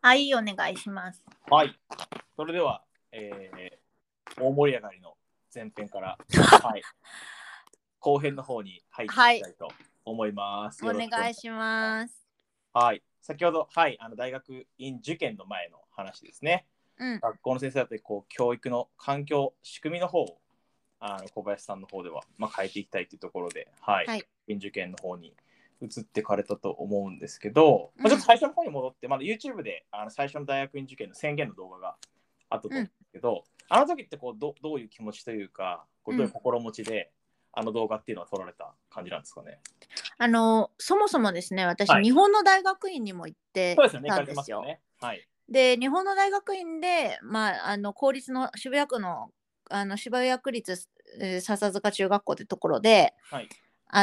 はい、お願いします。 はい。それでは、大盛り上がりの前編から、はい、後編の方に入っていきたいと思います。 およろしくお願いし願いします。 ます。はい。先ほど、はい、大学院受験の前の話ですね。 うん。 学校の先生だって教育の環境、仕組みの方を小林さんの方では、変えていきたいというところで、はい、 はい。 院受験の方に移ってかれたと思うんですけど、 うんちょっと最初の方に戻って、YouTube で最初の大学院受験の宣言の動画があったと思うんですけど、あの時ってどういう気持ちというか、どういう心持ちで、あの動画っていうのは撮られた感じなんですかね。 そもそもですね、私、 はい。 日本の大学院にも行ってそうですよね、行かれたんですよ。 てますよね。はい。 で、日本の大学院で、公立の渋谷区の、渋谷区立、笹塚中学校ってところで、 はい。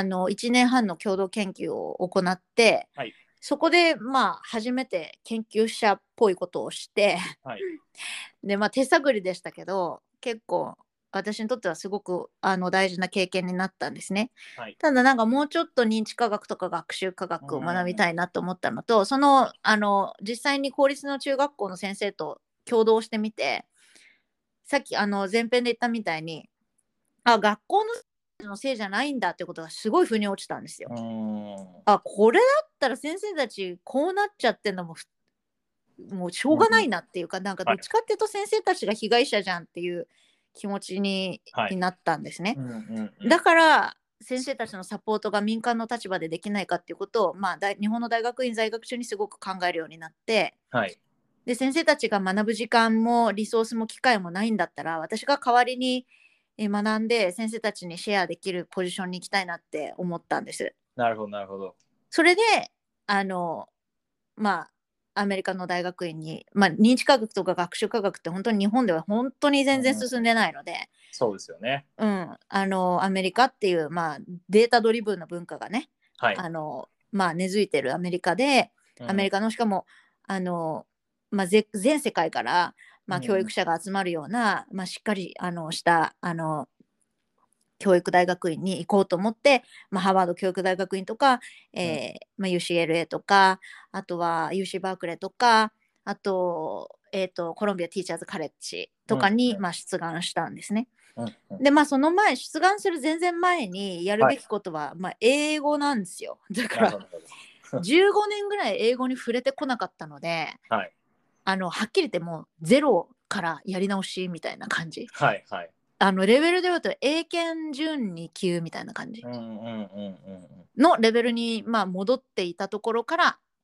1年半の共同研究を行って、 はい。 そこで、初めて研究者っぽいことをして、 はい。 で、手探りでしたけど、結構私にとってはすごく大事な経験になったんですね。 はい。 ただなんかもうちょっと認知科学とか学習科学を学びたいなと思ったのと、実際に公立の中学校の先生と共同してみて、さっき前編で言ったみたいに、学校のせいじゃないんだってことがすごい腑に落ちたんですよ。これだったら先生たちこうなっちゃってんのもうしょうがないなっていうか、なんかどっちかっていうと先生たちが被害者じゃんっていう気持ちになったんですね。だから先生たちのサポートが民間の立場でできないかっていうことを、日本の大学院在学中にすごく考えるようになって、 はい。 で先生たちが学ぶ時間もリソースも機会もないんだったら、私が代わりに学んで先生たちにシェアできるポジションに行きたいなって思ったんです。 なるほど、なるほど。 それであのまあアメリカの大学院に、認知科学とか学習科学って本当に日本では本当に全然進んでないので、 そうですよね。 アメリカっていう、データドリブンの文化がね、 はい。 根付いてるアメリカで、アメリカのしかも全世界から、教育者が集まるような、しっかりした教育大学院に行こうと思って、ハーバード教育大学院とか、UCLA とか、あとは UC バークレーとか、あと、コロンビアティーチャーズカレッジとかに、出願したんですね。で、その前、出願する全然前にやるべきことは、英語なんですよ。だから15年ぐらい英語に触れてこなかったので、 はい。 はっきり言ってもうゼロからやり直しみたいな感じ。 はいはい。 レベルで言うと英検準2級みたいな感じのレベルに、戻っていたところから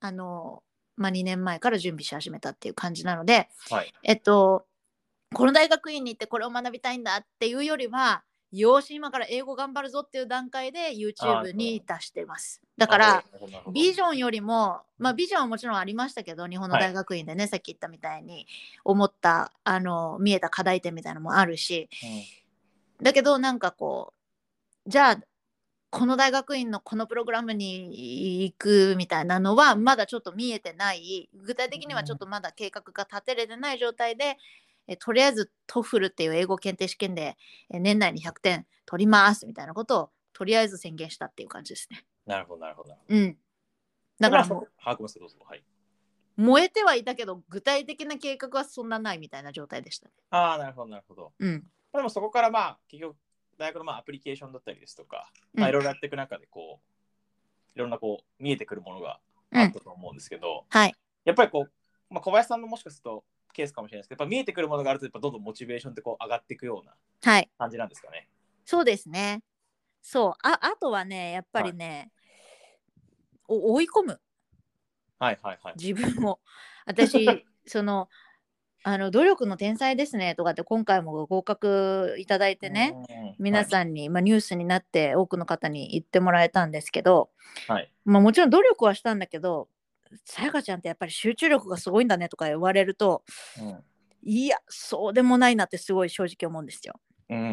、2年前から準備し始めたっていう感じなので、 はい。 この大学院に行ってこれを学びたいんだっていうよりは、よし今から英語頑張るぞっていう段階で YouTube に出してます。だからビジョンよりも、ビジョンはもちろんありましたけど、日本の大学院でね、さっき言ったみたいに思った見えた課題点みたいなのもあるし、だけどなんかじゃあこの大学院のこのプログラムに行くみたいなのはまだちょっと見えてない、具体的にはちょっとまだ計画が立てれてない状態で、とりあえずトフルっていう英語検定試験で年内に100点取りますみたいなことをとりあえず宣言したっていう感じですね。 なるほど、なるほど。 だからもう、 把握すると、はい。 燃えてはいたけど、具体的な計画はそんなないみたいな状態でしたね。 なるほど、なるほど。でもそこから結局、大学のアプリケーションだったりですとか、いろいろやっていく中で、いろんな見えてくるものがあったと思うんですけど、やっぱり小林さんのもしかするとケースかもしれないですけど、やっぱ見えてくるものがあると、やっぱどんどんモチベーションって上がっていくような感じなんですかね。 そうですね。そう。あとはね、やっぱりね、追い込む。自分を。私、努力の天才ですねとかって今回も合格いただいてね、皆さんに、ニュースになって多くの方に言ってもらえたんですけど、もちろん努力はしたんだけど、さやかちゃんってやっぱり集中力がすごいんだねとか言われると、いやそうでもないなってすごい正直思うんですよ。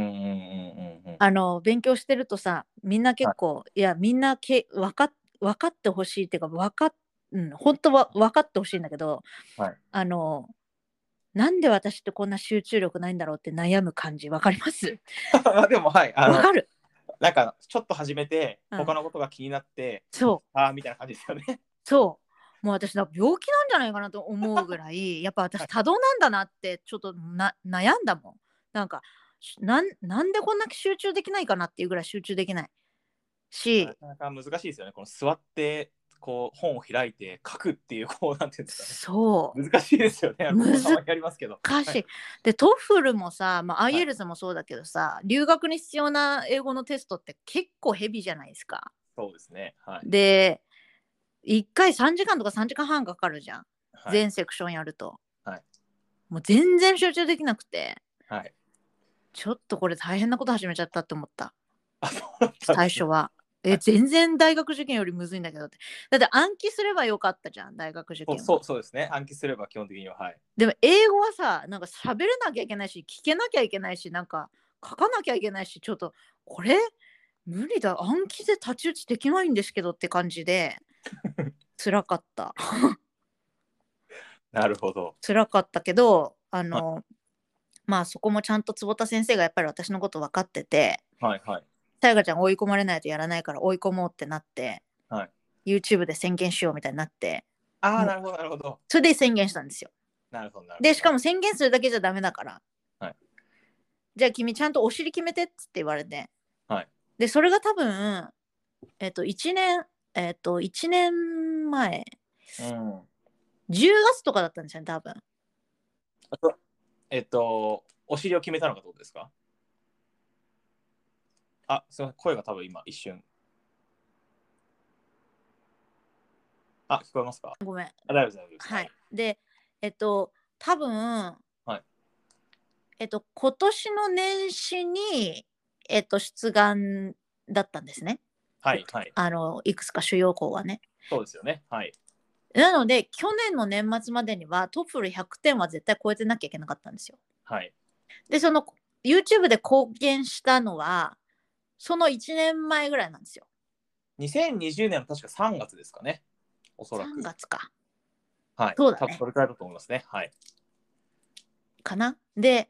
勉強してるとさ、みんな結構、いやみんな分かってほしいっていうか本当は分かってほしいんだけど、なんで私ってこんな集中力ないんだろうって悩む感じ、わかります？ でもわかる。 なんかちょっと始めて他のことが気になって、みたいな感じですよね。 そう。 もう私病気なんじゃないかなと思うぐらいやっぱ私多動なんだなってちょっと悩んだもん。なんかなんでこんな集中できないかなっていうぐらい集中できないし、 なかなか難しいですよね。この座ってこう本を開いて書くっていうこうなんていうんですかね。 そう難しいですよね。 難しい。 やりますけど。 でトフルもさ、まあ、IELTS もそうだけどさ、留学に必要な英語のテストって結構ヘビーじゃないですか。 そうですね。 で1回3時間とか3時間半かかるじゃん、全セクションやると。もう全然集中できなくて、ちょっとこれ大変なこと始めちゃったって思った。最初は。全然大学受験よりむずいんだけどって。だって暗記すればよかったじゃん、大学受験は。 そうですね。暗記すれば基本的には。 でも英語はさ、なんか喋れなきゃいけないし、聞けなきゃいけないし、なんか書かなきゃいけないし、ちょっとこれ無理だ、暗記で太刀打ちできないんですけどって感じで辛かったなるほど。 辛かったけど、まあそこもちゃんと坪田先生がやっぱり私のこと分かってて、さやかちゃん追い込まれないとやらないから追い込もうってなって、YouTube で宣言しようみたいになって、 なるほどなるほど。 それで宣言したんですよ。 なるほどでしかも宣言するだけじゃダメだから、じゃあ君ちゃんとお尻決めてって言われて、でそれが多分1年前、10月とかだったんですよね多分。 お尻を決めたのかどうですか？すみません、声が多分今一瞬。聞こえますか？ ごめん。 大丈夫です。 で、多分、今年の年始に、出願だったんですね。いくつか主要校はね。 そうですよね。 なので、去年の年末までには、トフル100点は絶対超えてなきゃいけなかったんですよ。で、その YouTube で貢献したのは、その1年前ぐらいなんですよ。 2020年の確か3月ですかね。おそらく。 3月か。 そうだね。多分それくらいだと思いますね。 かな。で、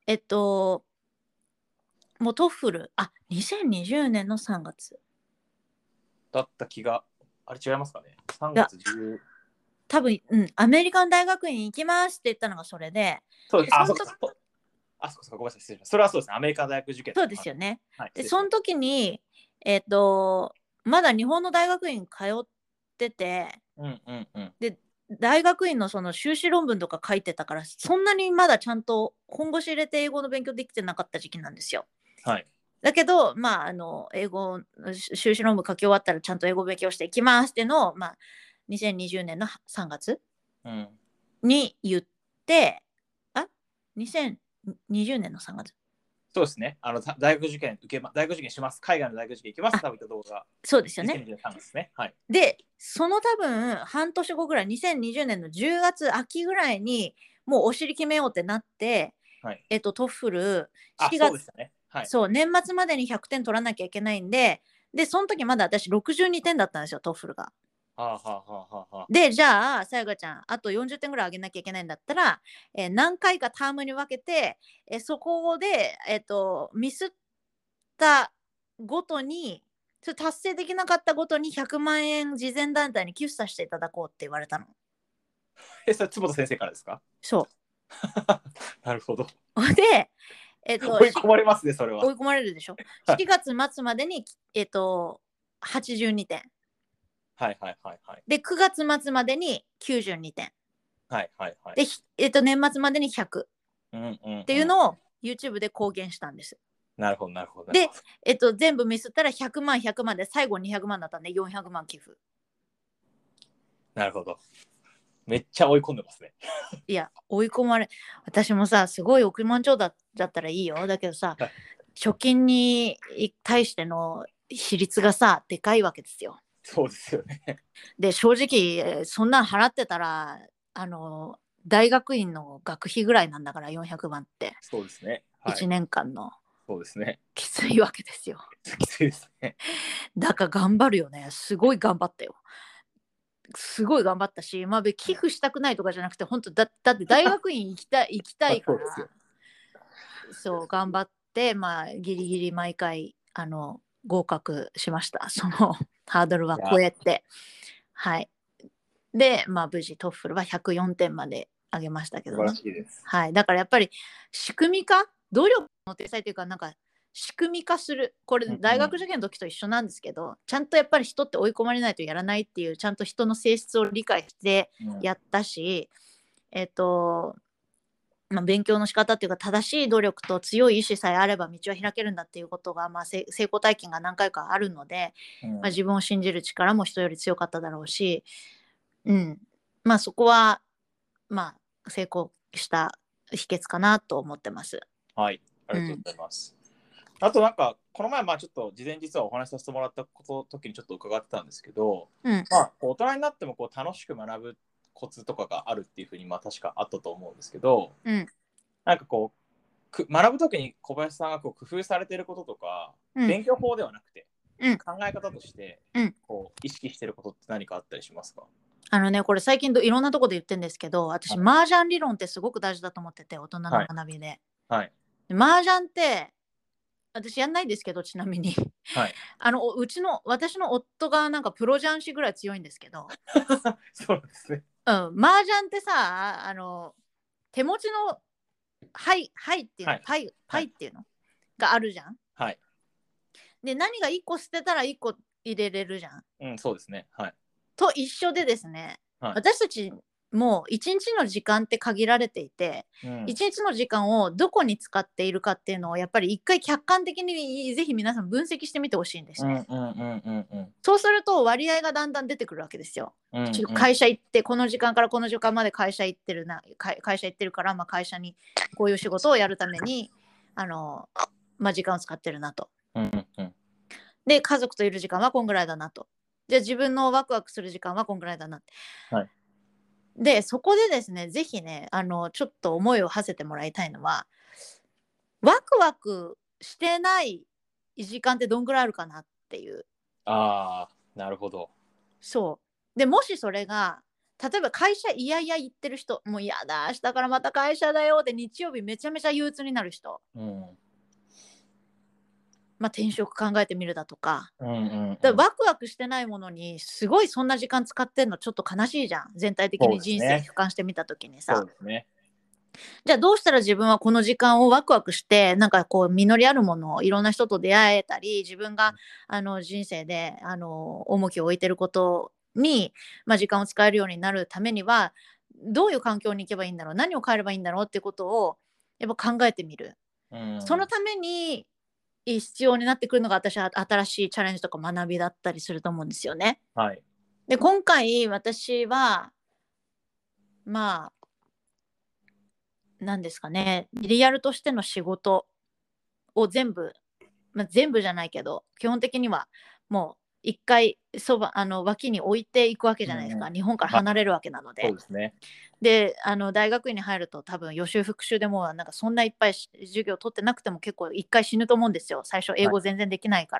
もうトフル、2020年の3月。 だった気が、あれ違いますかね。3月10。 多分、アメリカの大学院行きますって言ったのがそれで。 そうです。そうか、ごめんなさい、失礼しました。それはそうですね。アメリカの大学受験。 そうですよね。で、その時に、まだ日本の大学院通ってて、で、大学院のその修士論文とか書いてたから、そんなにまだちゃんと本腰入れて英語の勉強できてなかった時期なんですよ。だけど、まあ、英語、修士論文書き終わったらちゃんと英語勉強していきますっていうのを、まあ、2020年の3月に言って、2020年の3月。 そうですね。大学受験します。海外の大学受験行きます。多分動画。 そうですよね。 2020年3月ですね。 で、その多分半年後ぐらい、2020年の10月秋ぐらいにもうお尻決めようってなって、トフル7月、そう、年末までに100点取らなきゃいけないんで、その時まだ私62点だったんですよ、トフルが。で、じゃあ、さやかちゃん、あと40点ぐらい上げなきゃいけないんだったら、何回かタームに分けて、そこで、ミスったごとに、それ達成できなかったごとに100万円慈善団体に寄付させていただこうって言われたの。 それ坪田先生からですか？ そう。 なるほど。 で、 追い込まれますね、それは。 追い込まれるでしょ。4月末までに、82点。で、9月末までに92点。で、年末までに100。っていうのを YouTube で公言したんです。 なるほど、なるほど。 で、全部ミスったら100万、100万で最後200万だったんで400万寄付。なるほど。めっちゃ追い込んでますね。 いや、追い込まれ、私もさ、すごい億万長者だったらいいよ。だけどさ、貯金に対しての比率がさ、でかいわけですよ。 そうですよね。 で、正直、そんなん払ってたら、大学院の学費ぐらいなんだから400万って。 そうですね。 1年間の。 そうですね。 きついわけですよ。 きついですね。 だから頑張るよね。すごい頑張ったよ。すごい頑張ったし、まあ、寄付したくないとかじゃなくて、本当だって大学院行きたいからそう頑張って、まあ、ギリギリ毎回合格しました。そのハードルは超えて。はい。 で、まあ、無事トッフルは104点まで上げましたけどね。 素晴らしいです。 はい、だからやっぱり仕組み化、努力の天才というか、なんか仕組み化する、これ大学受験の時と一緒なんですけど、ちゃんとやっぱり人って追い込まれないとやらないっていう、ちゃんと人の性質を理解してやったし、まあ、勉強の仕方っていうか、正しい努力と強い意志さえあれば道は開けるんだっていうことが、まあ、成功体験が何回かあるので、まあ、自分を信じる力も人より強かっただろうし、まあそこはまあ成功した秘訣かなと思ってます。 はい、ありがとうございます。あとなんかこの前まあちょっと事前実はお話しさせてもらった時にちょっと伺ってたんですけど、まあ大人になってもこう楽しく学ぶコツとかがあるっていうふうにまあ確かあったと思うんですけど、なんかこう学ぶ時に小林さんがこう工夫されていることとか、勉強法ではなくて、考え方としてこう意識していることって何かあったりしますか？ これ最近いろんなところで言ってるんですけど、私、麻雀理論ってすごく大事だと思ってて、大人の学びで。麻雀って私やんないですけど、ちなみに、私の夫がなんかプロ雀士ぐらい強いんですけどそうですね。 麻雀ってさ、手持ちのはいっていうの、パイっていうのがあるじゃん。で、何が1個捨てたら1個入れれるじゃん。 そうですね。 と一緒でですね、私たちも一日の時間って限られていて、一日の時間をどこに使っているかっていうのをやっぱり一回客観的にぜひ皆さん分析してみてほしいんですね。そうすると割合がだんだん出てくるわけですよ。会社行ってこの時間からこの時間まで会社行ってるから、まあ、会社にこういう仕事をやるためにまあ、時間を使ってるなと。で、家族といる時間はこんぐらいだなと。じゃあ自分のワクワクする時間はこんぐらいだなって。で、そこでですね、ぜひね、ちょっと思いを馳せてもらいたいのは、ワクワクしてない時間ってどんぐらいあるかなっていう。 なるほど。 そう。で、もしそれが、例えば会社いやいや行ってる人、もう嫌だ、明日からまた会社だよって日曜日めちゃめちゃ憂鬱になる人。まあ、転職考えてみるだとか、だワクワクしてないものにすごいそんな時間使ってんのちょっと悲しいじゃん、全体的に人生俯瞰してみた時にさ。じゃあどうしたら自分はこの時間をワクワクしてなんかこう実りあるものをいろんな人と出会えたり、自分が人生で重きを置いてることに、まあ、時間を使えるようになるためにはどういう環境に行けばいいんだろう、何を変えればいいんだろうっていうことをやっぱ考えてみる。そのために必要になってくるのが私は新しいチャレンジとか学びだったりすると思うんですよね。で今回私はまあ何ですかね、リアルとしての仕事を全部、まあ、全部じゃないけど基本的にはもう一回脇に置いていくわけじゃないですか、日本から離れるわけなので。で大学院に入ると多分予習復習でもなんかそんないっぱい授業取ってなくても結構一回死ぬと思うんですよ、最初英語全然できないから。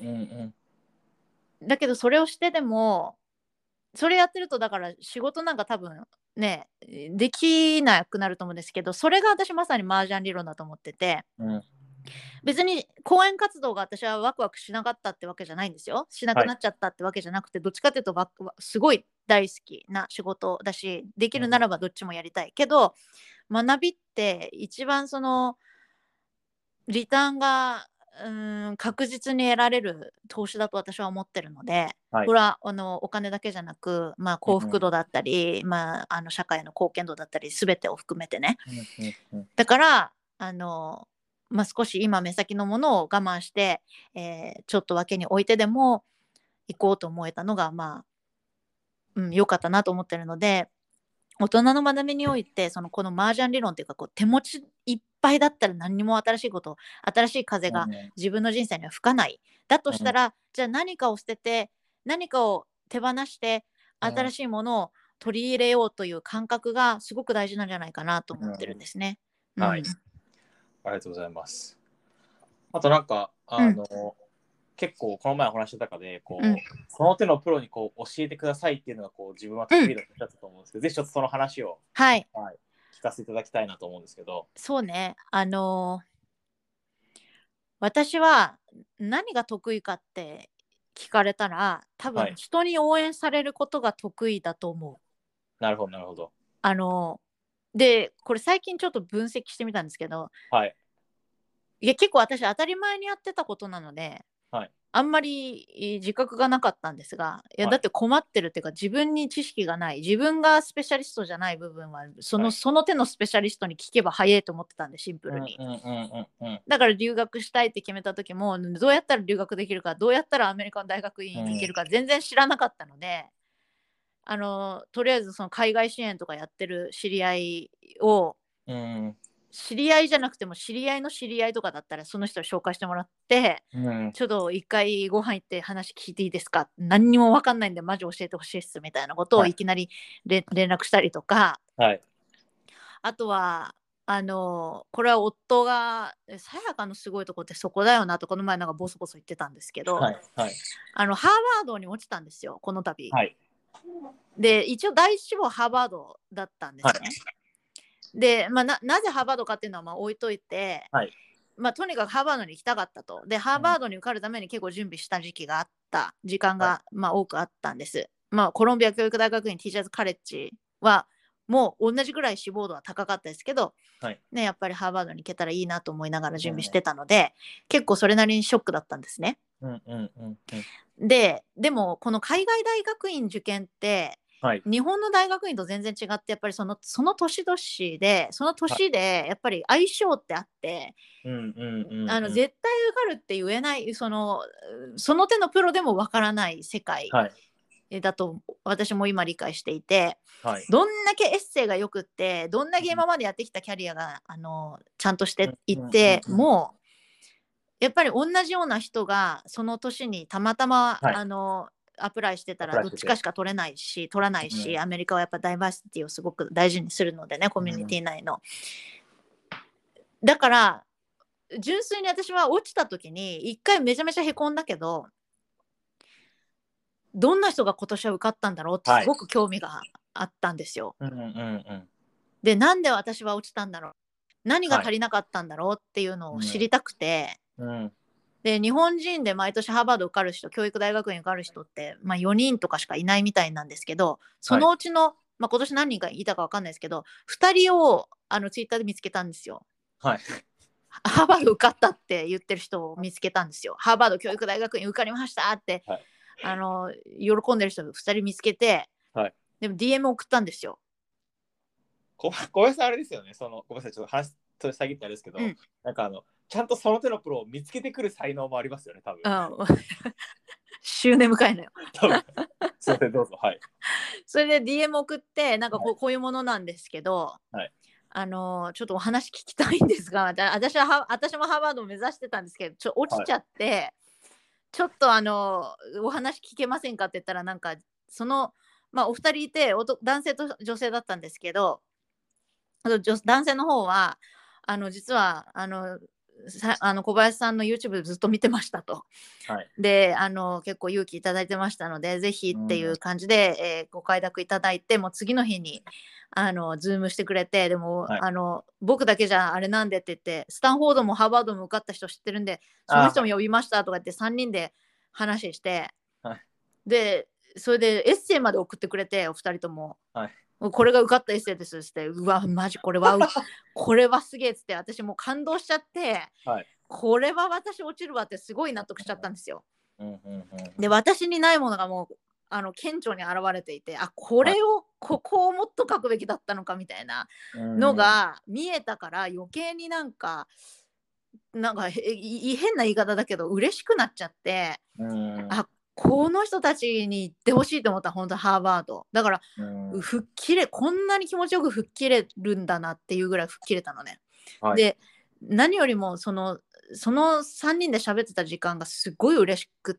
だけどそれをしてでもそれやってるとだから仕事なんか多分ねできなくなると思うんですけど、それが私まさに麻雀理論だと思ってて、別に講演活動が私はワクワクしなかったってわけじゃないんですよ。しなくなっちゃったってわけじゃなくて、どっちかっていうとすごい大好きな仕事だし、できるならばどっちもやりたいけど、学びって一番そのリターンが確実に得られる投資だと私は思ってるので、これはお金だけじゃなく、まあ、幸福度だったり、まあ、社会の貢献度だったり全てを含めてね。だからまあ、少し今目先のものを我慢して、ちょっと分けに置いてでも行こうと思えたのがまあ、良かったなと思ってるので、大人の学びにおいてこの麻雀理論っていうか、こう手持ちいっぱいだったら何にも新しいこと、新しい風が自分の人生には吹かない。だとしたら、じゃあ何かを捨てて何かを手放して新しいものを取り入れようという感覚がすごく大事なんじゃないかなと思ってるんですね。 はい、ありがとうございます。あとなんか結構この前お話した中でその手のプロに教えてくださいっていうのが自分は得意だったと思うんですけど、ぜひちょっとその話を、聞かせていただきたいなと思うんですけど。 そうね、私は何が得意かって聞かれたら多分人に応援されることが得意だと思う。 なるほどなるほど。 でこれ最近ちょっと分析してみたんですけど、 はい、 いや結構私当たり前にやってたことなので、 はい、 あんまり自覚がなかったんですが、いやだって困ってるっていうか、自分に知識がない、自分がスペシャリストじゃない部分はその手のスペシャリストに聞けば早いと思ってたんで、シンプルに。だから留学したいって決めた時も、どうやったら留学できるか、どうやったらアメリカの大学院に行けるか全然知らなかったので、とりあえずその海外支援とかやってる知り合いを、知り合いじゃなくても知り合いの知り合いとかだったらその人を紹介してもらって、ちょっと一回ご飯行って話聞いていいですか、何にも分かんないんでマジ教えてほしいっすみたいなことをいきなり連絡したりとか、あとはこれは夫がさやかのすごいとこってそこだよなとこの前なんかボソボソ言ってたんですけど、ハーバードに落ちたんですよこの度。で一応第一志望ハーバードだったんですね。で、なぜハーバードかっていうのは置いといて、とにかくハーバードに行きたかったと。でハーバードに受かるために結構準備した時期があった時間が、多くあったんです。コロンビア教育大学院ティーチャーズカレッジはもう同じぐらい志望度は高かったですけど、やっぱりハーバードに行けたらいいなと思いながら準備してたので、結構それなりにショックだったんですね。でもこの海外大学院受験って、日本の大学院と全然違って、やっぱりその年々でその年でやっぱり相性ってあって、絶対受かるって言えない、その手のプロでもわからない世界だと私も今理解していて、どんだけエッセイがよくって、どんだけ今までやってきたキャリアがちゃんとしていっても、やっぱり同じような人がその年にたまたま、アプライしてたらどっちかしか取らないし、アメリカはやっぱダイバーシティをすごく大事にするのでね、コミュニティ内の。だから純粋に私は落ちた時に一回めちゃめちゃへこんだけど、どんな人が今年は受かったんだろうってすごく興味があったんですよ。で、なんで私は落ちたんだろう、何が足りなかったんだろうっていうのを知りたくて、で日本人で毎年ハーバード受かる人、教育大学院受かる人って、4人とかしかいないみたいなんですけど、そのうちの、今年何人かいたか分かんないですけど、2人をツイッターで見つけたんですよ。ハーバード受かったって言ってる人を見つけたんですよ。ハーバード教育大学院受かりましたって、喜んでる人2人見つけて、でも DM 送ったんですよ。 小林さんあれですよね、ごめんなさい、ちょっと話と遮ってあれですけど、なんかちゃんとその手のプロを見つけてくる才能もありますよね、多分。 執念深いのよ。 多分。すいません、どうぞ。 それで DM 送って、なんかこういうものなんですけど、ちょっとお話聞きたいんですが、私もハーバードを目指してたんですけど、落ちちゃって、ちょっとお話聞けませんかって言ったら、なんかお二人いて、男性と女性だったんですけど、男性の方は実は小林さんの YouTube ずっと見てましたと、で結構勇気いただいてましたので、ぜひっていう感じで、ご快諾いただいて、もう次の日にズームしてくれて、でも、僕だけじゃあれなんでって言って、スタンフォードもハーバードも受かった人知ってるんでその人も呼びましたとか言って3人で話して、でそれでエッセイまで送ってくれて、お二人とも、これが受かったエッセイですって、うわマジこれはすげえっつって、私もう感動しちゃって、これは私落ちるわってすごい納得しちゃったんですよ。で私にないものがもう顕著に現れていて、これを、ここをもっと書くべきだったのかみたいなのが見えたから、余計になんか変な言い方だけど嬉しくなっちゃって、この人たちに行ってほしいと思った、本当ハーバードだから、吹っ切れ、こんなに気持ちよく吹っ切れるんだなっていうぐらい吹っ切れたのね。で何よりもその3人で喋ってた時間がすごい嬉しくって、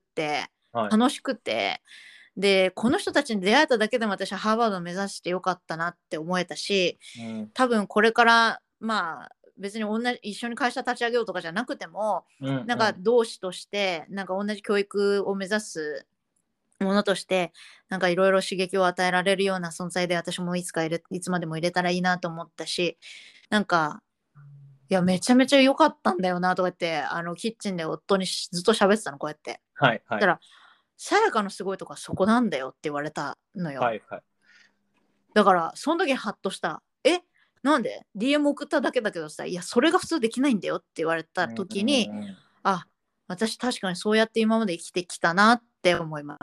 楽しくて、でこの人たちに出会えただけでも私はハーバードを目指してよかったなって思えたし、多分これから別に一緒に会社立ち上げようとかじゃなくても、なんか同志としてなんか同じ教育を目指すものとしてなんかいろいろ刺激を与えられるような存在で、私もいつまでも入れたらいいなと思ったし、なんかいやめちゃめちゃ良かったんだよなとか言って、キッチンで夫にずっと喋ってたの、こうやって。だからさやかのすごいとこはそこなんだよって言われたのよ。 はいはい。 だからその時ハッとした。なんで DM 送っただけだけどさ、いやそれが普通できないんだよって言われた時に、あ、私確かにそうやって今まで生きてきたなって思いました。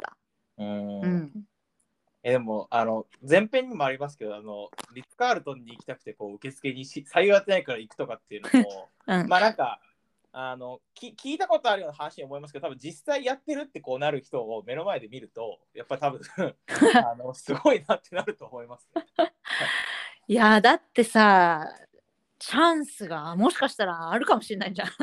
でも前編にもありますけど、リッツ・カールトンに行きたくてこう受付に採用やってないから行くとかっていうのも、まあなんか聞いたことあるような話に思いますけど、多分実際やってるってこうなる人を目の前で見るとやっぱり多分すごいなってなると思います、ね、 いやだってさ、チャンスがもしかしたらあるかもしれないじゃん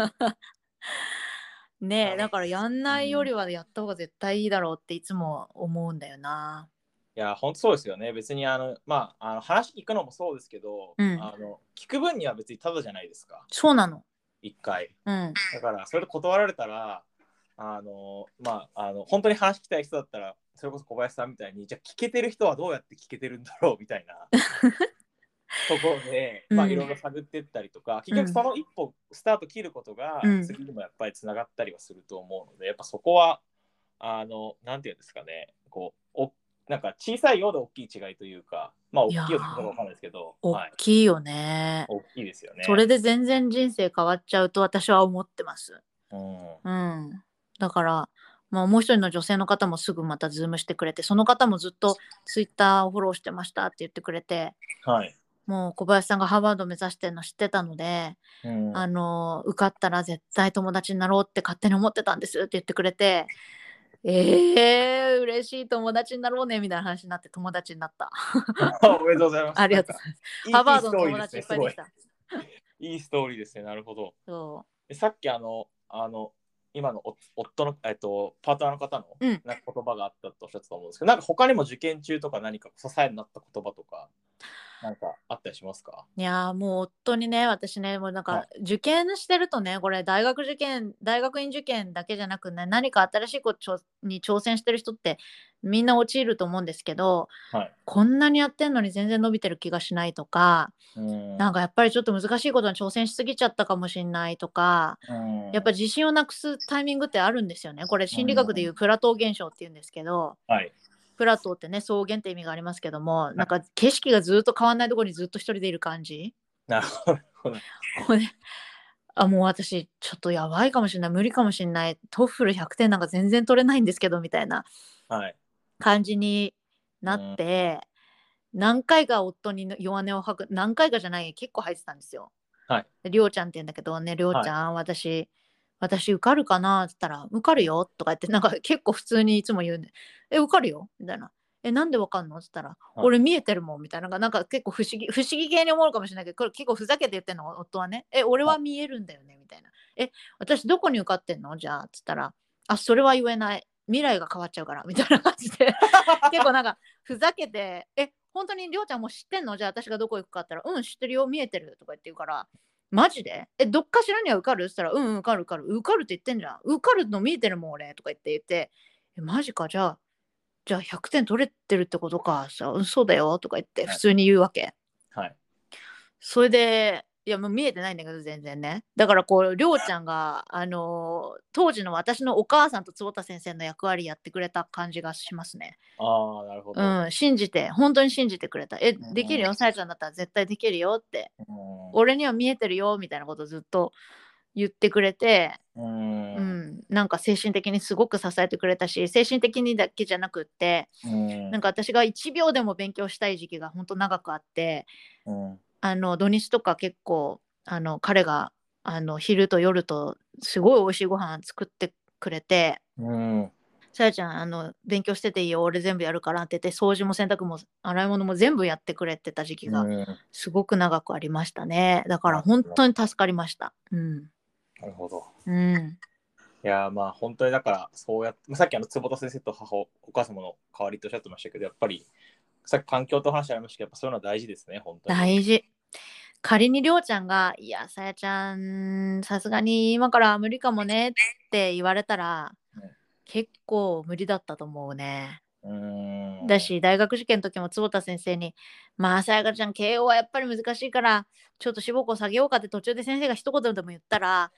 ねえ、だからやんないよりはやった方が絶対いいだろうっていつも思うんだよな。 いや本当そうですよね。別にまあ話聞くのもそうですけど、聞く分には別にタダじゃないですか。 そうなの。 一回、だからそれで断られたらまあ本当に話聞きたい人だったら、それこそ小林さんみたいに、じゃあ聞けてる人はどうやって聞けてるんだろうみたいなところで、まあいろいろ探っていったりとか、結局その一歩スタート切ることが次にもやっぱりつながったりはすると思うので、やっぱそこはなんていうんですかね、こうなんか小さいようで大きい違いというか、まあ大きいようでかわかんないですけど、 大きいよね、 大きいですよね。 それで全然人生変わっちゃうと私は思ってます。だからもう一人の女性の方もすぐまたズームしてくれて、その方もずっとツイッターをフォローしてましたって言ってくれて、もう小林さんがハーバード目指してるの知ってたので、受かったら絶対友達になろうって勝手に思ってたんですって言ってくれて、嬉しい、友達になろうねみたいな話になって友達になったおめでとうございます。 ありがとうございます。ハーバードの友達いっぱいできた。 いいストーリーですね。なるほど。 そうさっき今の夫の、パートナーの方の言葉があったとおっしゃってたと思うんですけど、なんか他にも受験中とか何か支えになった言葉とかなんかあったりしますか？ いやもう夫にね、私ね、もうなんか受験してるとね、これ大学院受験だけじゃなくね、何か新しいことに挑戦してる人ってみんな陥ると思うんですけど、こんなにやってんのに全然伸びてる気がしないとか、なんかやっぱりちょっと難しいことに挑戦しすぎちゃったかもしれないとか、やっぱ自信をなくすタイミングってあるんですよね。これ心理学でいうプラトー現象っていうんですけど、プラトーってね、草原って意味がありますけども、なんか景色がずっと変わんないところにずっと一人でいる感じ。 なるほど。 これもう私ちょっとやばいかもしれない、無理かもしれない、トフル100点なんか全然取れないんですけどみたいな感じになって、何回か夫に弱音を吐く、何回かじゃない、結構吐いてたんですよ。りょうちゃんって言うんだけどね、りょうちゃん、私受かるかなって言ったら、受かるよとか言って、なんか結構普通にいつも言うんで、受かるよみたいな。なんでわかんのって言ったら、俺見えてるもんみたいな、なんか結構不思議系に思うかもしれないけど、これ結構ふざけて言ってんの夫はね、俺は見えるんだよねみたいな。私どこに受かってんのじゃあって言ったら、それは言えない、未来が変わっちゃうからみたいな感じで結構なんかふざけて、本当にりょうちゃんも知ってんのじゃあ私がどこ行くかって言ったら、知ってるよ、見えてるとか言って言うから、マジでどっかしらには受かるって言ったら、受かるって言ってんじゃん、受かるの見えてるもん俺とか言ってマジか、じゃあ100点取れてるってことか、そうだよとか言って普通に言うわけ。それでいやもう見えてないんだけど全然ね。だからこうりょうちゃんが当時の私のお母さんと坪田先生の役割やってくれた感じがしますね。 なるほど。 信じて、本当に信じてくれた。できるよ、さやちゃんだったら絶対できるよって、俺には見えてるよみたいなことをずっと言ってくれて、なんか精神的にすごく支えてくれたし、精神的にだけじゃなくって、なんか私が1秒でも勉強したい時期が本当長くあって、土日とか結構彼が昼と夜とすごい美味しいご飯作ってくれて、さやちゃん勉強してていいよ、俺全部やるからって言って、掃除も洗濯も洗い物も全部やってくれてた時期がすごく長くありましたね。だから本当に助かりました。 なるほど。 いやまあ本当にだからそうやってさっき坪田先生とお母様の代わりとおっしゃってましたけど、やっぱりさっき環境と話ありましたけど、やっぱそういうのは大事ですね。本当に大事。仮にりょうちゃんがいやさやちゃんさすがに今から無理かもねって言われたら、結構無理だったと思うね。だし大学受験の時も坪田先生にまあさやかちゃん慶応はやっぱり難しいからちょっと志望校下げようかって途中で先生が一言でも言ったら、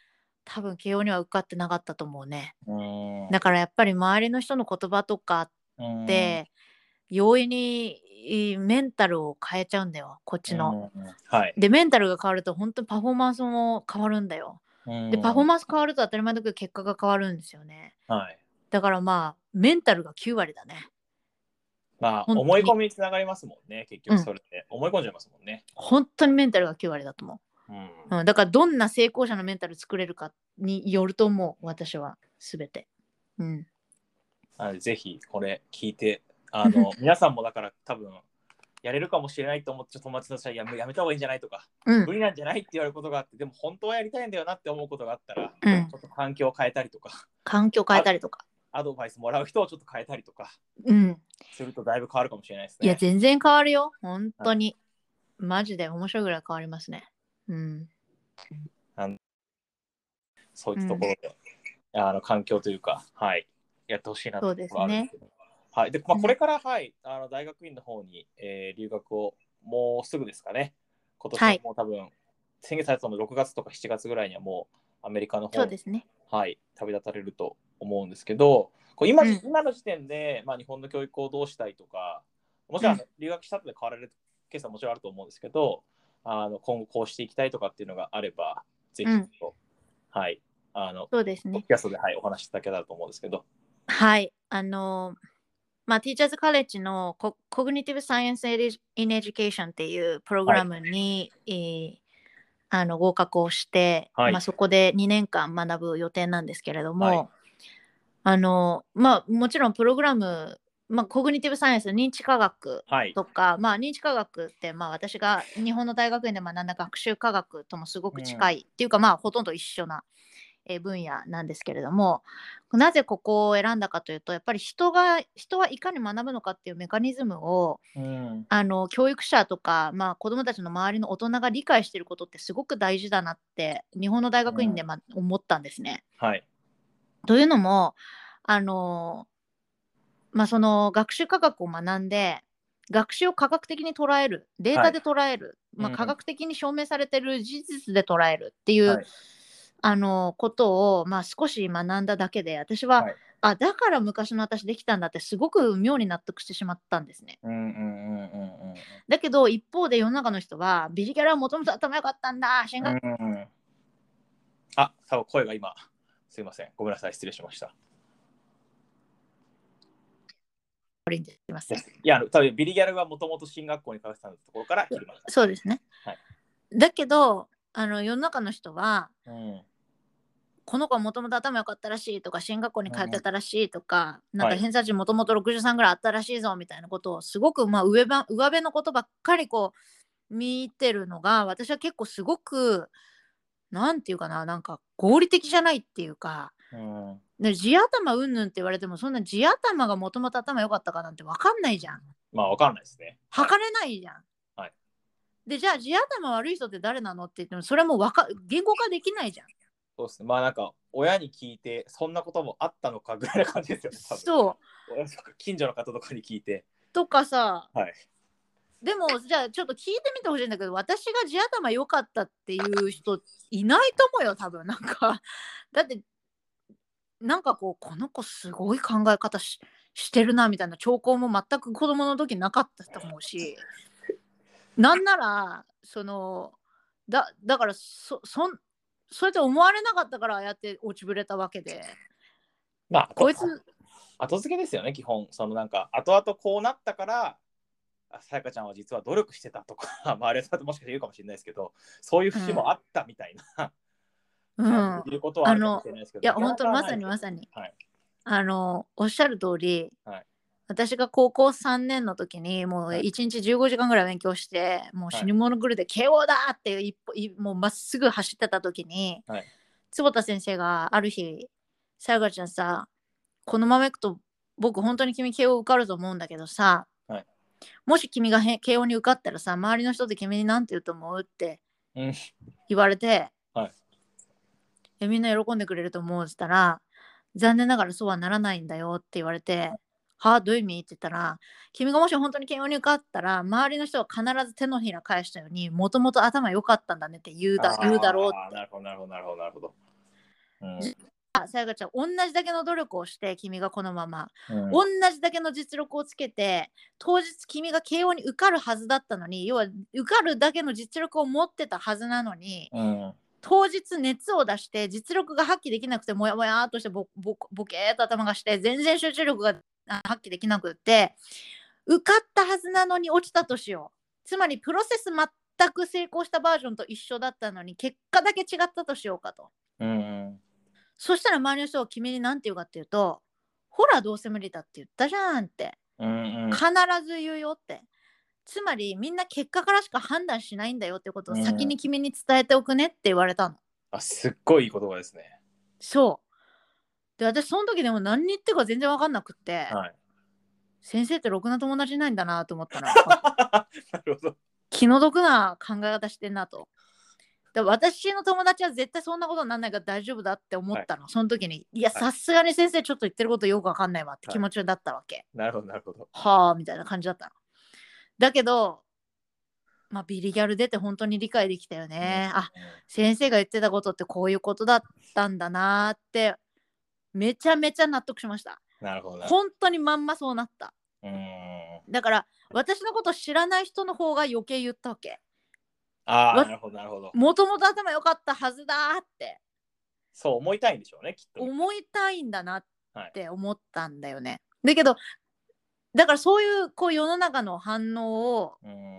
多分慶応には受かってなかったと思うね。だからやっぱり周りの人の言葉とかって容易にメンタルを変えちゃうんだよ、こっちの。 はい、 でメンタルが変わると本当にパフォーマンスも変わるんだよ。でパフォーマンス変わると当たり前だけど結果が変わるんですよね。 はい、 だからまあメンタルが9割だね。 まあ思い込みにつながりますもんね、結局それで、思い込んじゃいますもんね。 本当にメンタルが9割だと思う。だからどんな成功者のメンタル作れるかによると思う、私は全て。 ぜひこれ聞いて皆さんもだから多分やれるかもしれないと思って友達としたらやめた方がいいんじゃないとか、無理なんじゃないって言われることがあって、でも本当はやりたいんだよなって思うことがあったら、ちょっと環境を変えたりとかアドバイスもらう人をちょっと変えたりとか、するとだいぶ変わるかもしれないですね。 いや全然変わるよ、本当に、マジで面白いぐらい変わりますね。 そういったところで、環境というか、やってほしいなというところあるんですけど。でこれから、大学院の方に、留学をもうすぐですかね。今年も多分、先月入ったの6月とか7月ぐらいにはもうアメリカの方に、旅立たれると思うんですけど、今の時点で、日本の教育をどうしたいとか、もちろん留学した後で変わられるケースはもちろんあると思うんですけど、今後こうしていきたいとかっていうのがあれば、ぜひと、 そうですね。 ポッドキャストで、お話しいただけたらと思うんですけど。 ティーチャーズカレッジのコグニティブサイエンスインエデュケーションっていうプログラムに、合格をして、そこで2年間学ぶ予定なんですけれども、もちろんプログラム、コグニティブサイエンス、認知科学とか、認知科学って、私が日本の大学院で学んだ学習科学ともすごく近い、っていうかほとんど一緒な分野なんですけれども、なぜここを選んだかというと、やっぱり人はいかに学ぶのかっていうメカニズムを、教育者とか、子どもたちの周りの大人が理解していることってすごく大事だなって日本の大学院で思ったんですね。というのもその学習科学を学んで学習を科学的に捉える、データで捉える、科学的に証明されている事実で捉えるっていう、ことを、少し学んだだけで、私は、だから昔の私できたんだってすごく妙に納得してしまったんですね。だけど一方で世の中の人はビリギャルはもともと頭良かったんだ、進学多分声が今すいません、ごめんなさい、失礼しました。いや、多分ビリギャルはもともと進学校に通ってたところから切りました。 そうですね。だけど世の中の人は、この子はもともと頭良かったらしいとか、進学校に通ってたらしいとか、なんか偏差値もともと63ぐらいあったらしいぞみたいなことをすごく上辺のことばっかり見てるのが、私は結構すごくなんていうかな、なんか合理的じゃないっていうか、地頭うんぬんって言われても、そんな地頭がもともと頭良かったかなんて分かんないじゃん。 分かんないですね。 測れないじゃん。でじゃあ地頭悪い人って誰なのって言っても、それはもう言語化できないじゃん。 そうですね。なんか親に聞いてそんなこともあったのかぐらいな感じですよね。 そう。 親とか近所の方とかに聞いて。 とかさ。でもじゃあちょっと聞いてみてほしいんだけど、私が地頭良かったっていう人いないと思うよ、多分。なんかだってなんかこの子すごい考え方してるなみたいな兆候も全く子供の時なかったと思うし、なんならだからそれで思われなかったからああやって落ちぶれたわけで、こいつ後付けですよね、基本。なんか後々こうなったからさやかちゃんは実は努力してたとか周りはもしかして言うかもしれないですけど、そういう節もあったみたいな、いうことはあるかもしれないですけど、 いや本当にまさに、おっしゃる通り、私が高校3年の時にもう1日15時間ぐらい勉強して、もう死に物狂いで慶応だってもうまっすぐ走ってた時に、坪田先生がある日、さやかちゃんさ、このままいくと僕本当に君慶応受かると思うんだけどさ、もし君が慶応に受かったらさ、周りの人で君に何て言うと思うって言われて、みんな喜んでくれると思うって言ったら、残念ながらそうはならないんだよって言われて、どういう意味って言ったら、君がもし本当に慶応に受かったら周りの人は必ず手のひら返したように、もともと頭良かったんだねって言うだろうって。 なるほど。 さやかちゃん同じだけの努力をして君がこのまま、同じだけの実力をつけて当日君が慶応に受かるはずだったのに、要は受かるだけの実力を持ってたはずなのに、当日熱を出して実力が発揮できなくてもやもやーっとしてボケーっと頭がして全然集中力が発揮できなくって受かったはずなのに落ちたとしよう。つまりプロセス全く成功したバージョンと一緒だったのに結果だけ違ったとしようかと。そしたら周りの人は君に何て言うかっていうと、ほらどうせ無理だって言ったじゃんって、必ず言うよって。つまりみんな結果からしか判断しないんだよってことを先に君に伝えておくねって言われたの。 すっごいいい言葉ですね。 そうで、私その時でも何言ってるか全然分かんなくって、先生ってろくな友達いないんだなと思ったの。なるほど。気の毒な考え方してんなと。私の友達は絶対そんなことにならないから大丈夫だって思ったの、その時に。いや、さすがに先生ちょっと言ってることよくわかんないわって気持ちだったわけ。 なるほどなるほど。 はあみたいな感じだったの。だけどビリギャル出て本当に理解できたよね。先生が言ってたことってこういうことだったんだなってめちゃめちゃ納得しました。 なるほど。 本当にまんまそうなった。だから私のこと知らない人の方が余計言ったわけ。 なるほどなるほど。 もともと頭良かったはずだって。 そう思いたいんでしょうね、きっと。 思いたいんだなって思ったんだよね。だけどだからそういう世の中の反応を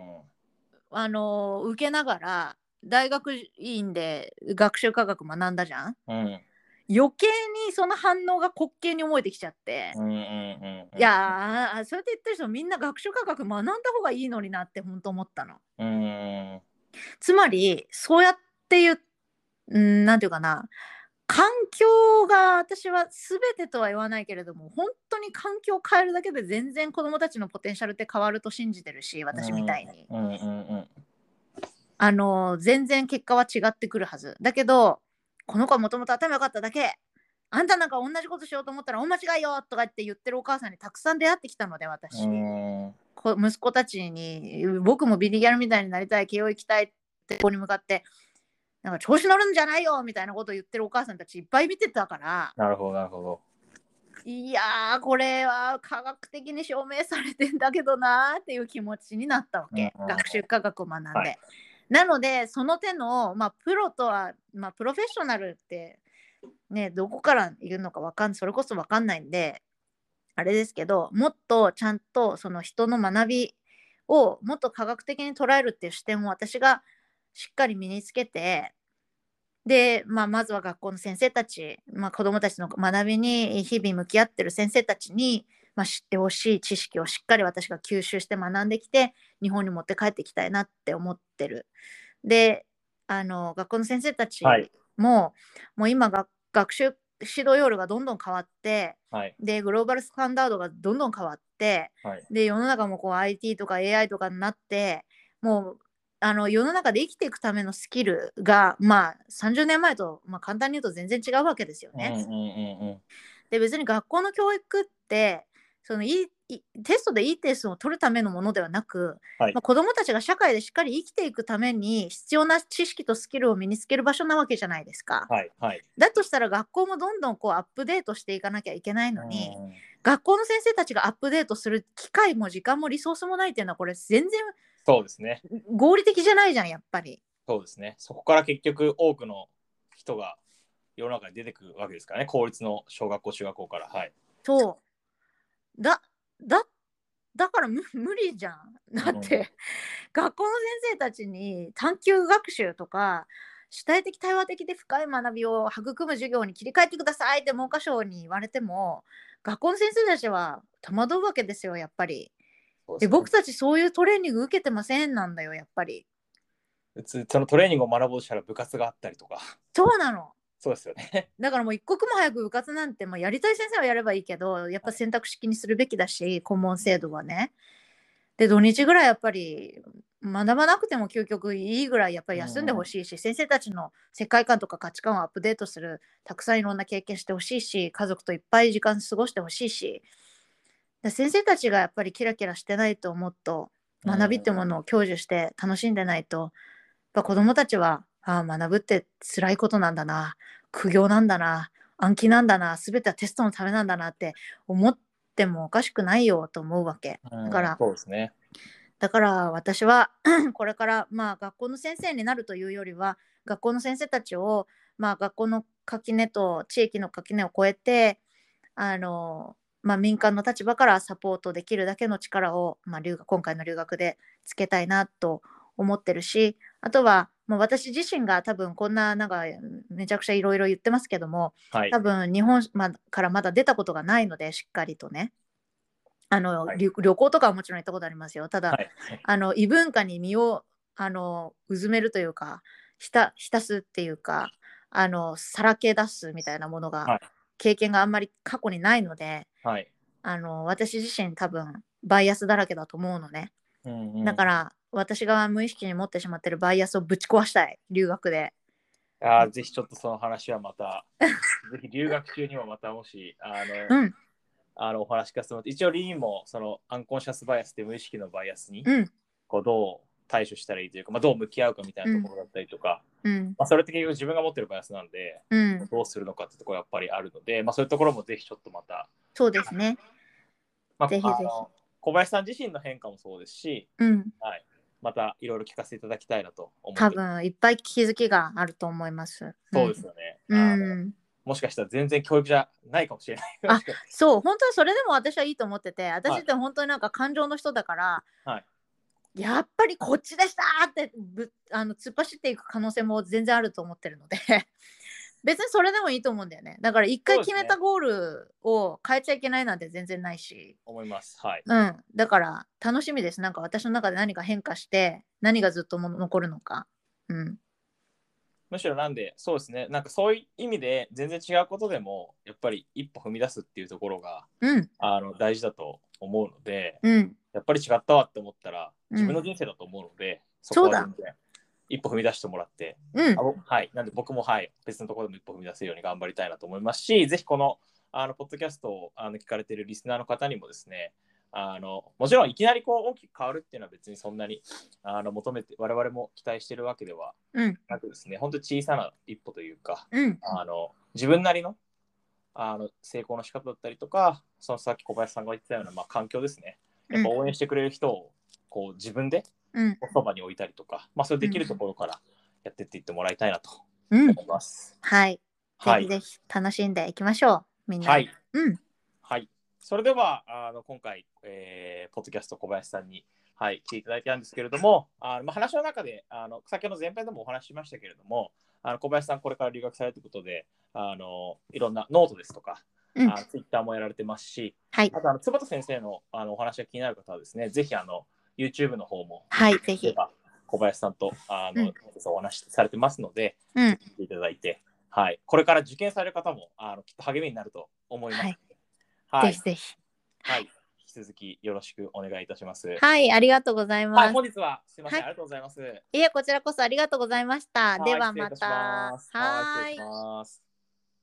受けながら大学院で学習科学学んだじゃん。余計にその反応が滑稽に思えてきちゃって、いやそうやって言ってる人みんな学習科学学んだ方がいいのになって本当思ったの。つまりそうやってなんていうかな、環境が私は全てとは言わないけれども本当に環境を変えるだけで全然子どもたちのポテンシャルって変わると信じてるし、私みたいに全然結果は違ってくるはずだけど、この子はもともと頭良かっただけ、あんたなんか同じことしようと思ったら大間違いよとかって言ってるお母さんにたくさん出会ってきたので、私息子たちに僕もビリギャルみたいになりたい、慶応行きたいってここに向かってなんか調子乗るんじゃないよみたいなことを言ってるお母さんたちいっぱい見てたから。 なるほどなるほど。 いやーこれは科学的に証明されてんだけどなーっていう気持ちになったわけ、学習科学を学んで、なのでその手の、プロとは、プロフェッショナルってねどこからいるのかそれこそ分かんないんであれですけど、もっとちゃんとその人の学びをもっと科学的に捉えるっていう視点を私がしっかり身につけて、で、まずは学校の先生たち、子どもたちの学びに日々向き合ってる先生たちに、知ってほしい知識をしっかり私が吸収して学んできて日本に持って帰ってきたいなって思ってる。で学校の先生たちも、もう今学習指導要領がどんどん変わって、でグローバルスタンダードがどんどん変わって、で世の中もIT とか AI とかになって、もう世の中で生きていくためのスキルが30年前と、簡単に言うと全然違うわけですよね。で別に学校の教育ってそのテストでいいテストを取るためのものではなく、子どもたちが社会でしっかり生きていくために必要な知識とスキルを身につける場所なわけじゃないですか。だとしたら学校もどんどんアップデートしていかなきゃいけないのに、学校の先生たちがアップデートする機会も時間もリソースもないっていうのはこれ全然そうですね、 合理的じゃないじゃんやっぱり。 そうですね、そこから結局多くの人が世の中に出てくるわけですからね、公立の小学校中学校から。 そうだから無理じゃん。だって、学校の先生たちに探究学習とか主体的対話的で深い学びを育む授業に切り替えてくださいって文科省に言われても学校の先生たちは戸惑うわけですよやっぱり。僕たちそういうトレーニング受けてませんなんだよやっぱり。 そのトレーニングを学ぼうとしたら部活があったりとか。 そうなの。 そうですよね。 だからもう一刻も早く部活なんてやりたい先生はやればいいけどやっぱ選択式にするべきだし、顧問制度はね。で土日ぐらいやっぱり学ばなくても究極いいぐらいやっぱり休んでほしいし、先生たちの世界観とか価値観をアップデートするたくさんいろんな経験してほしいし、家族といっぱい時間過ごしてほしいし、先生たちがやっぱりキラキラしてないともっと学びってものを享受して楽しんでないと、子どもたちは学ぶって辛いことなんだな、苦行なんだな、暗記なんだな、全てはテストのためなんだなって思ってもおかしくないよと思うわけ。だから、 そうですね。 だから私はこれから学校の先生になるというよりは、学校の先生たちを学校の垣根と地域の垣根を越えて民間の立場からサポートできるだけの力を、今回の留学でつけたいなと思ってるし、あとは、私自身が多分こんなめちゃくちゃいろいろ言ってますけども、 はい、 多分日本からまだ出たことがないので、しっかりとね旅行とかはもちろん行ったことありますよ。ただ、異文化に身をうずめるというか、浸すっていうかさらけ出すみたいなものが、経験があんまり過去にないので、私自身多分バイアスだらけだと思うのね。だから私が無意識に持ってしまってるバイアスをぶち壊したい、留学で。 ぜひちょっとその話はまたぜひ留学中にもまたもしお話しかせてもらって、一応リーンもそのアンコンシャスバイアスって無意識のバイアスにこうどう対処したらいいというか、どう向き合うかみたいなところだったりとか、それって結局自分が持ってるバイアスなんで、どうするのかってところやっぱりあるので、そういうところもぜひちょっとまた、 そうですね、ぜひぜひ小林さん自身の変化もそうですし、またいろいろ聞かせていただきたいなと思って、 多分いっぱい気づきがあると思います。 そうですよね。もしかしたら全然教育じゃないかもしれない。 そう、本当はそれでも私はいいと思ってて、私って本当に感情の人だから、やっぱりこっちでしたって突っ走っていく可能性も全然あると思ってるので別にそれでもいいと思うんだよね。だから一回決めたゴールを変えちゃいけないなんて全然ないし、 思います。 だから楽しみです。私の中で何か変化して何がずっと残るのか。 むしろそうですね、そういう意味で全然違うことでもやっぱり一歩踏み出すっていうところが、大事だと思うので、やっぱり違ったわって思ったら自分の人生だと思うので、そこは全然一歩踏み出してもらって、なんで僕も別のところでも一歩踏み出せるように頑張りたいなと思いますし、ぜひこのポッドキャストを聞かれているリスナーの方にもですね、もちろんいきなり大きく変わるっていうのは別にそんなに求めて我々も期待しているわけではなくですね、本当に小さな一歩というか、自分なりの成功の仕方だったりとか、そのさっき小林さんが言ってたような、環境ですね、やっぱ応援してくれる人をこう自分でおそばに置いたりとか、それできるところからやってっていってもらいたいなと思います。 ぜひぜひ楽しんでいきましょう、みんな。 それでは今回、ポッドキャスト小林さんに、来ていただいたんですけれども、話の中で先ほど前編でもお話ししましたけれども、小林さんこれから留学されるということでいろんなノートですとか、ツイッターもやられてますし、あと坪田先生のお話が気になる方はですね、ぜひYouTube の方も、 ぜひ小林さんとお話しされてますので、見ていただいて、これから受験される方もきっと励みになると思います。 ぜひぜひ。 引き続きよろしくお願いいたします。 ありがとうございます。 本日はすみません、ありがとうございます。 いえ、こちらこそありがとうございました。ではまた。 失礼します。